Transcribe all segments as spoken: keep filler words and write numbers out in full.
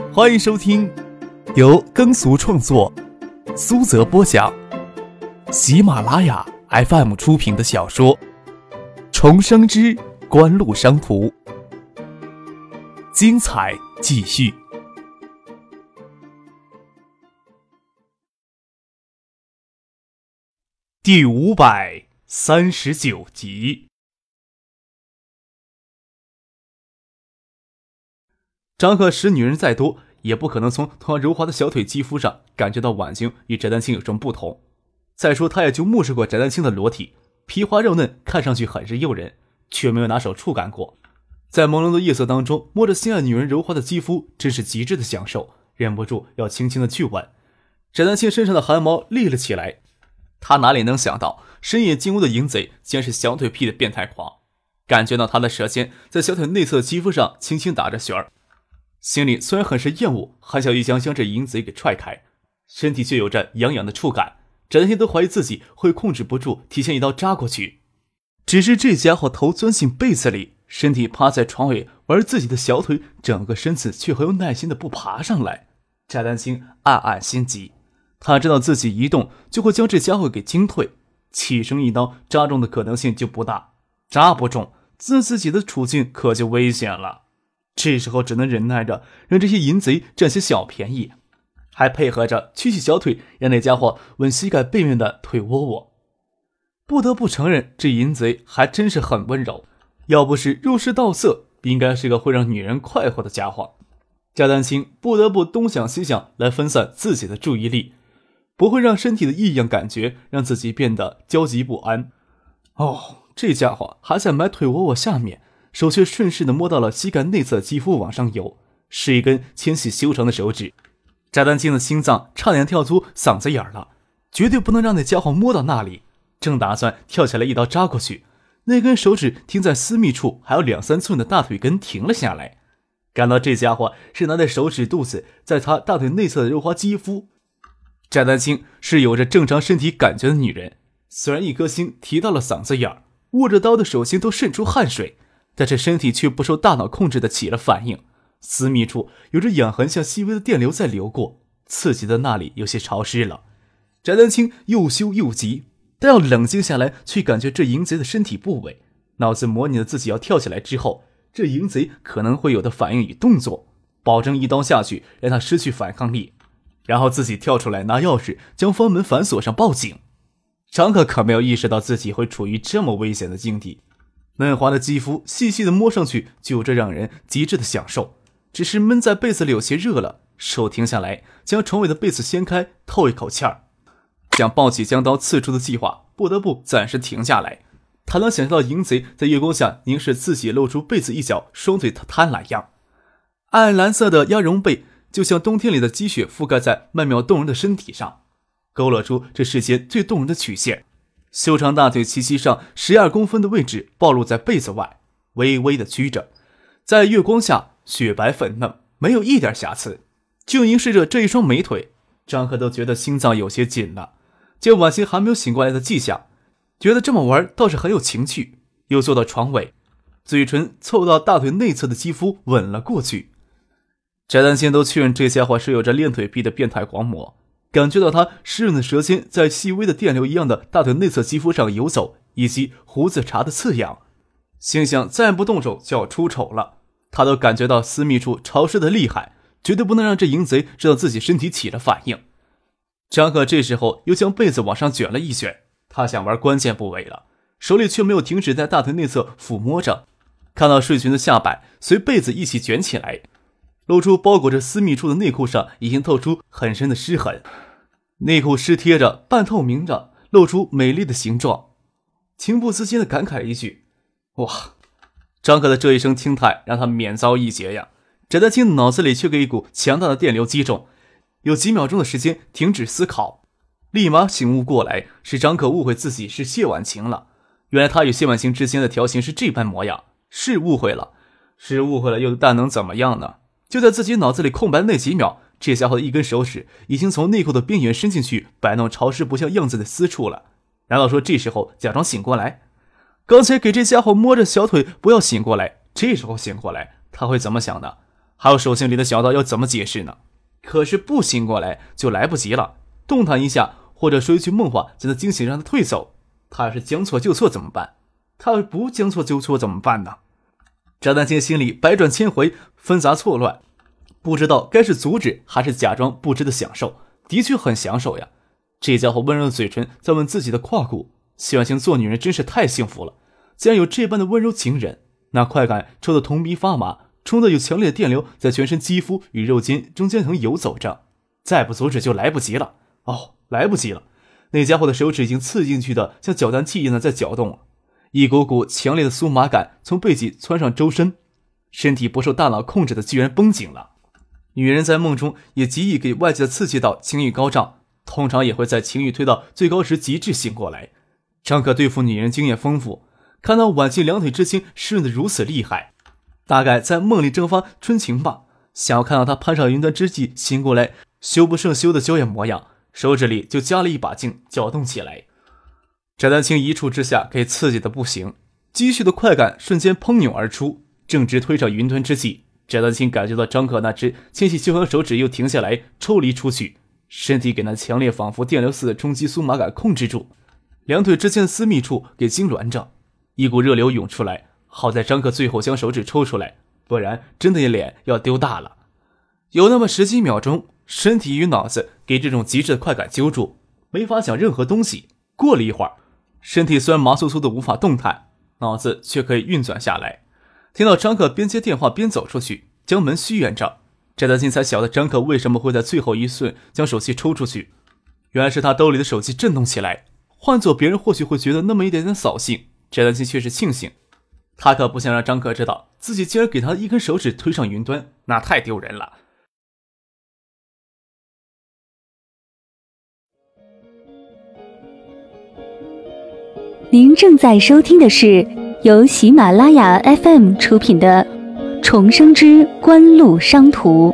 欢迎收听由耕俗创作、苏泽播讲、喜马拉雅 F M 出品的小说《重生之官路商途》，精彩继续。第五百三十九集。张可使女人再多，也不可能从同样柔滑的小腿肌肤上感觉到婉清与翟丹青有什么不同。再说他也就目视过翟丹青的裸体，皮滑肉嫩，看上去很是诱人，却没有拿手触感过。在朦胧的夜色当中，摸着心爱女人柔滑的肌肤，真是极致的享受，忍不住要轻轻的去吻。翟丹青身上的汗毛立了起来，他哪里能想到深夜进屋的淫贼竟然是小腿癖的变态狂，感觉到他的舌尖在小腿内侧肌肤上轻轻打着旋儿，心里虽然很是厌恶，还想一将将这淫贼给踹开，身体却有着痒痒的触感。翟丹青都怀疑自己会控制不住，提前一刀扎过去。只是这家伙头钻进被子里，身体趴在床尾玩自己的小腿，整个身子却很有耐心的不爬上来。翟丹青暗暗心急，他知道自己一动就会将这家伙给惊退，起身一刀扎中的可能性就不大，扎不中，自自己的处境可就危险了。这时候只能忍耐着让这些淫贼占些小便宜，还配合着屈起小腿让那家伙吻膝盖背面的腿窝窝。不得不承认，这淫贼还真是很温柔，要不是入室盗色，应该是个会让女人快活的家伙。翟丹青不得不东想西想来分散自己的注意力，不会让身体的异样感觉让自己变得焦急不安。哦，这家伙还在埋腿窝窝下面，手却顺势地摸到了膝盖内侧的肌肤往上游，是一根纤细修长的手指。翟丹青的心脏差点跳出嗓子眼了，绝对不能让那家伙摸到那里。正打算跳起来一刀扎过去，那根手指停在私密处还有两三寸的大腿根停了下来。感到这家伙是拿在手指肚子在他大腿内侧的柔滑肌肤，翟丹青是有着正常身体感觉的女人，虽然一颗心提到了嗓子眼儿，握着刀的手心都渗出汗水，但这身体却不受大脑控制的起了反应。私密处有着痒痕，像细微的电流在流过，刺激的那里有些潮湿了。翟丹青又羞又急，但要冷静下来去感觉这淫贼的身体部位，脑子模拟了自己要跳起来之后，这淫贼可能会有的反应与动作，保证一刀下去让他失去反抗力，然后自己跳出来拿钥匙将房门反锁上报警。张可可没有意识到自己会处于这么危险的境地，嫩滑的肌肤细细的摸上去就有着让人极致的享受，只是闷在被子里有些热了，手停下来将床尾的被子掀开，透一口气儿，想抱起将刀刺出的计划不得不暂时停下来。他能想象到淫贼在月光下凝视自己露出被子一角，双腿贪婪样，暗蓝色的鸭绒被就像冬天里的积雪覆盖在曼妙动人的身体上，勾勒出这世间最动人的曲线。修长大腿齐膝上十二公分的位置暴露在被子外，微微的曲着，在月光下雪白粉嫩，没有一点瑕疵。就凝视着这一双美腿，张可都觉得心脏有些紧了。见婉欣还没有醒过来的迹象，觉得这么玩倒是很有情趣，又坐到床尾，嘴唇凑到大腿内侧的肌肤吻了过去。翟丹青都确认这家伙是有着练腿癖的变态狂魔，感觉到他湿润的舌尖在细微的电流一样的大腿内侧肌肤上游走，以及胡子茬的刺痒，心想再不动手就要出丑了。他都感觉到私密处潮湿的厉害，绝对不能让这淫贼知道自己身体起了反应。张可这时候又将被子往上卷了一卷，他想玩关键部位了，手里却没有停止在大腿内侧抚摸着，看到睡裙的下摆随被子一起卷起来，露出包裹着私密处的内裤上已经透出很深的湿痕，内裤湿贴着半透明着，露出美丽的形状。情不自禁地感慨一句：哇！张可的这一声轻叹让他免遭一劫呀。翟丹青脑子里却给一股强大的电流击中，有几秒钟的时间停止思考，立马醒悟过来，是张可误会自己是谢婉晴了。原来他与谢婉晴之间的调情是这般模样，是误会了，是误会了又但能怎么样呢？就在自己脑子里空白的那几秒，这家伙的一根手指已经从内裤的边缘伸进去，摆弄潮湿不像样子的私处了。难道说这时候假装醒过来？刚才给这家伙摸着小腿不要醒过来，这时候醒过来他会怎么想的？ 还有手心里的小刀要怎么解释呢？可是不醒过来就来不及了，动弹一下或者说一句梦话将他惊醒，让他退走。他要是将错就错怎么办？他要是不将错就错怎么办呢？翟丹青心里百转千回，纷杂错乱，不知道该是阻止还是假装不知的享受。的确很享受呀，这家伙温柔的嘴唇在吻自己的胯骨。谢婉清做女人真是太幸福了，竟然有这般的温柔情人，那快感抽得头皮发麻，冲得有强烈的电流在全身肌肤与肉间中间层游走着。再不阻止就来不及了。哦，来不及了，那家伙的手指已经刺进去的像搅拌器一样的在搅动了，一股股强烈的酥麻感从背脊窜上周身，身体不受大脑控制的居然绷紧了。女人在梦中也极易给外界的刺激到情欲高涨，通常也会在情欲推到最高时极致醒过来。张可对付女人经验丰富，看到婉清两腿之间湿润的如此厉害，大概在梦里蒸发春情吧。想要看到她攀上云端之际醒过来羞不胜羞的娇艳模样，手指里就夹了一把劲搅动起来。翟丹青一触之下给刺激的不行，积蓄的快感瞬间喷涌而出，正值推上云端之际，翟丹青感觉到张可那只纤细修长手指又停下来抽离出去，身体给那强烈仿佛电流似的冲击酥麻感控制住，两腿之间的私密处给痉挛着，一股热流涌出来。好在张可最后将手指抽出来，不然真的脸要丢大了。有那么十几秒钟，身体与脑子给这种极致的快感揪住，没法想任何东西。过了一会儿，身体虽然麻酥酥的无法动弹，脑子却可以运转下来。听到张可边接电话边走出去，将门虚掩着，翟丹青才晓得张可为什么会在最后一瞬将手机抽出去。原来是他兜里的手机震动起来，换做别人或许会觉得那么一点点扫兴，翟丹青却是庆幸。他可不想让张可知道自己竟然给他一根手指推上云端，那太丢人了。 您正在收听的是由喜马拉雅 F M 出品的《重生之官路商途》。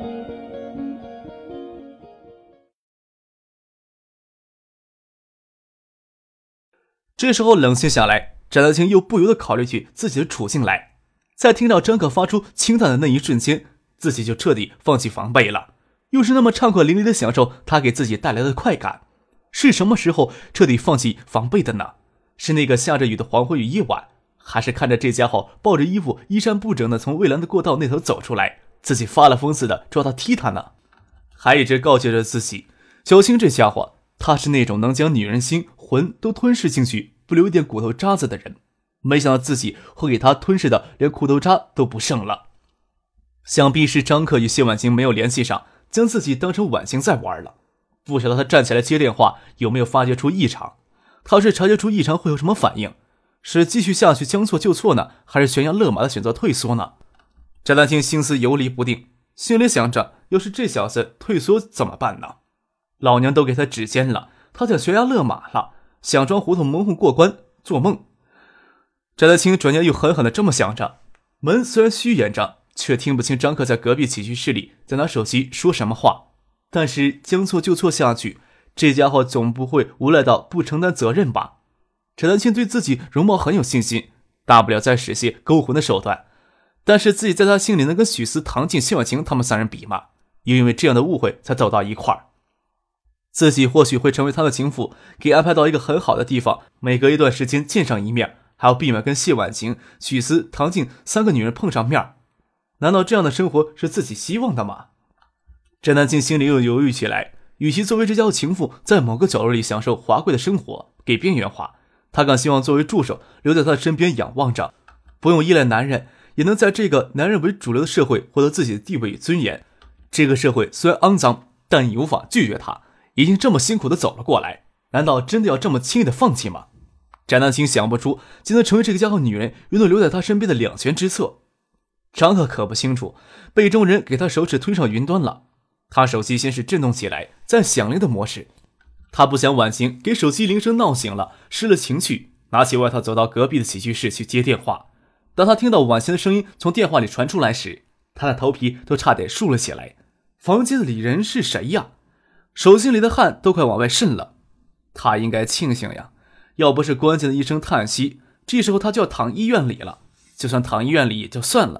这时候冷静下来，翟丹青又不由得考虑起自己的处境来。在听到张可发出轻叹的那一瞬间，自己就彻底放弃防备了。又是那么畅快淋漓的享受他给自己带来的快感，是什么时候彻底放弃防备的呢？是那个下着雨的黄昏与夜晚，还是看着这家伙抱着衣服衣衫不整的从蔚蓝的过道那头走出来，自己发了疯似的抓他踢他呢？还一直告诫着自己，小青这家伙，他是那种能将女人心魂都吞噬进去不留一点骨头渣子的人，没想到自己会给他吞噬的连骨头渣都不剩了。想必是张可与谢婉清没有联系上，将自己当成婉清在玩了。不晓得他站起来接电话有没有发觉出异常，他是察觉出异常会有什么反应？是继续下去将错就错呢，还是悬崖勒马的选择退缩呢？翟丹青心思游离不定，心里想着要是这小子退缩怎么办呢？老娘都给他指尖了，他想悬崖勒马了，想装糊涂蒙混过关，做梦。翟丹青转念又狠狠地这么想着，门虽然虚掩着，却听不清张可在隔壁起居室里在拿手机说什么话。但是将错就错下去，这家伙总不会无赖到不承担责任吧？翟丹青对自己容貌很有信心，大不了再使些勾魂的手段。但是自己在他心里能跟许思、唐静、谢婉清他们三人比吗？又因为这样的误会才走到一块儿。自己或许会成为他的情妇，给安排到一个很好的地方，每隔一段时间见上一面，还要避免跟谢婉清、许思、唐静三个女人碰上面。难道这样的生活是自己希望的吗？翟丹青心里又犹豫起来，与其作为这家伙情妇在某个角落里享受华贵的生活，给边缘化，他更希望作为助手留在他的身边仰望着，不用依赖男人，也能在这个男人为主流的社会获得自己的地位与尊严。这个社会虽然肮脏，但也无法拒绝他，已经这么辛苦的走了过来，难道真的要这么轻易的放弃吗？翟丹青想不出竟能成为这个家伙女人永远留在他身边的两全之策。张可可不清楚，背中人给他手指推上云端了。他手机先是震动起来，在响铃的模式。他不想婉晴给手机铃声闹醒了，失了情绪，拿起外套走到隔壁的起居室去接电话。当他听到婉晴的声音从电话里传出来时，他的头皮都差点竖了起来。房间里人是谁呀？手心里的汗都快往外渗了。他应该庆幸呀，要不是关键的一声叹息，这时候他就要躺医院里了。就算躺医院里也就算了，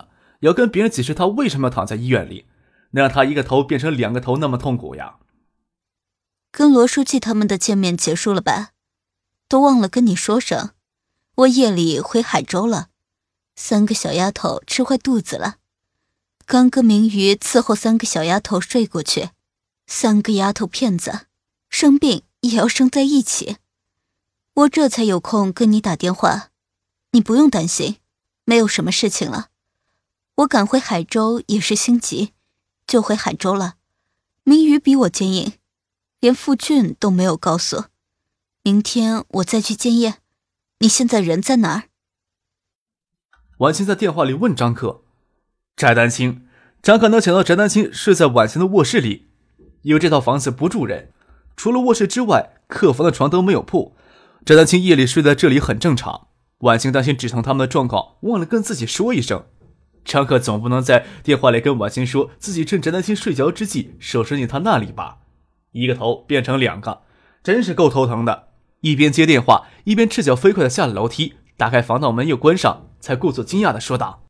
也要跟别人解释他为什么要躺在医院里，能让他一个头变成两个头那么痛苦呀。 跟罗书记他们的见面结束了吧？都忘了跟你说声，我夜里回海州了，三个小丫头吃坏肚子了，刚跟明瑜伺候三个小丫头睡过去，三个丫头片子，生病也要生在一起，我这才有空跟你打电话。你不用担心，没有什么事情了。我赶回海州也是心急，就回海州了。明瑜比我坚硬，连傅俊都没有告诉。明天我再去建业。你现在人在哪儿？ 婉清在电话里问张克。翟丹青，张克能想到翟丹青睡在婉清的卧室里，因为这套房子不住人，除了卧室之外，客房的床都没有铺。翟丹青夜里睡在这里很正常。婉清担心只成他们的状况，忘了跟自己说一声。张克总不能在电话里跟婉清说自己趁翟丹青睡觉之际手伸进他那里吧？一个头变成两个，真是够头疼的。一边接电话，一边赤脚飞快地下了楼梯，打开防盗门又关上，才故作惊讶地说道：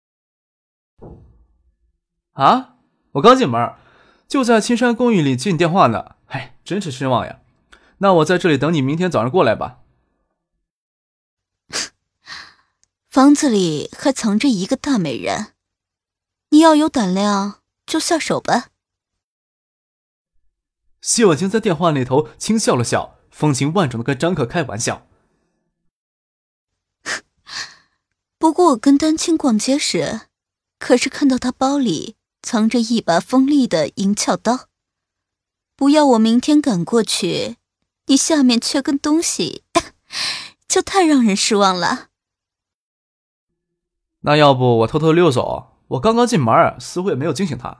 啊，我刚进门，就在青山公寓里接你电话呢。哎，真是失望呀。那我在这里等你明天早上过来吧。 房子里还藏着一个大美人，你要有胆量就下手吧。 谢婉清在电话那头轻笑了笑，风情万种地跟张克开玩笑。 不过我跟丹青逛街时，可是看到他包里藏着一把锋利的银鞘刀，不要我明天赶过去，你下面缺根东西，就太让人失望了。 那要不我偷偷溜走？我刚刚进门，似乎也没有惊醒他。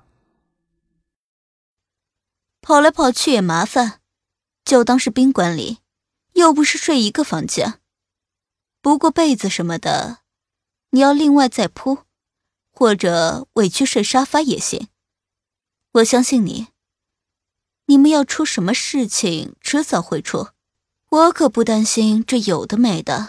跑来跑去也麻烦，就当是宾馆里，又不是睡一个房间。不过被子什么的，你要另外再铺，或者委屈睡沙发也行。我相信你，你们要出什么事情，迟早会出，我可不担心这有的没的。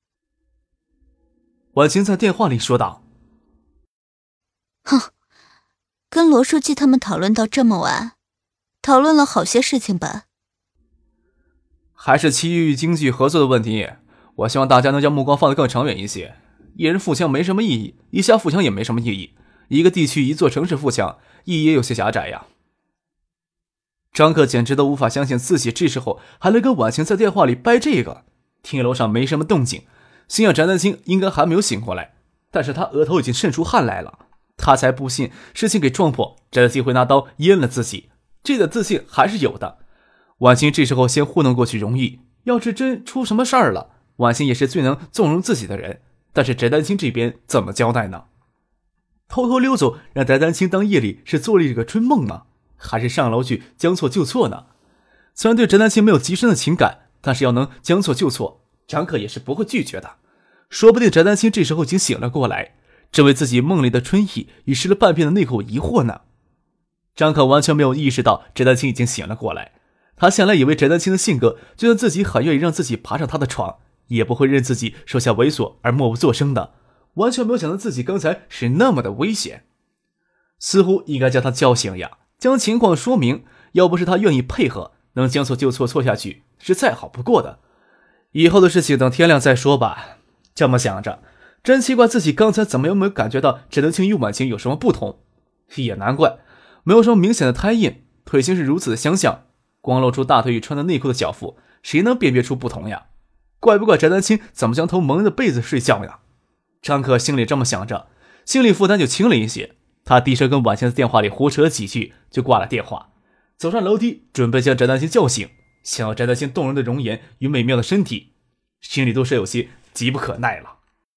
婉清在电话里说道。 哼，跟罗书记他们讨论到这么晚，讨论了好些事情吧？ 还是区域经济合作的问题，我希望大家能将目光放得更长远一些。一人富强没什么意义，一家富强也没什么意义，一个地区一座城市富强，意义也有些狭窄呀。张克简直都无法相信自己这时候还能跟婉清在电话里掰这个。听楼上没什么动静，心想翟丹青应该还没有醒过来，但是他额头已经渗出汗来了，他才不信事情给撞破，翟丹青会拿刀阉了自己，这点自信还是有的。婉清这时候先糊弄过去容易，要是真出什么事儿了，婉清也是最能纵容自己的人，但是翟丹青这边怎么交代呢？偷偷溜走让翟丹青当夜里是做了一个春梦吗？还是上楼去将错就错呢？虽然对翟丹青没有极深的情感，但是要能将错就错，张克也是不会拒绝的。说不定翟丹青这时候已经醒了过来，正为自己梦里的春意与失了半片的那口疑惑呢。张克完全没有意识到翟丹青已经醒了过来，他向来以为翟丹青的性格，就算自己很愿意让自己爬上他的床，也不会任自己手下猥琐而默不作声的，完全没有想到自己刚才是那么的危险。似乎应该将他叫醒呀，将情况说明，要不是他愿意配合，能将错就错错下去是再好不过的。以后的事情等天亮再说吧。这么想着，真奇怪自己刚才怎么有没有感觉到翟丹青与婉清有什么不同，也难怪没有什么明显的胎印，腿型是如此的相像，光露出大腿与穿的内裤的脚腹，谁能辨别出不同呀？怪不怪翟丹青怎么将头蒙着被子睡觉呀？张克心里这么想着，心理负担就轻了一些。他低声跟婉清在电话里胡扯了几句，就挂了电话，走上楼梯，准备将翟丹青叫醒。想到翟丹青动人的容颜与美妙的身体，心里都是有些急不可耐了。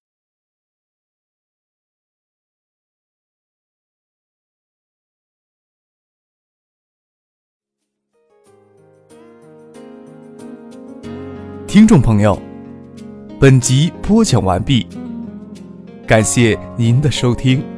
听众朋友，本集播讲完毕，感谢您的收听。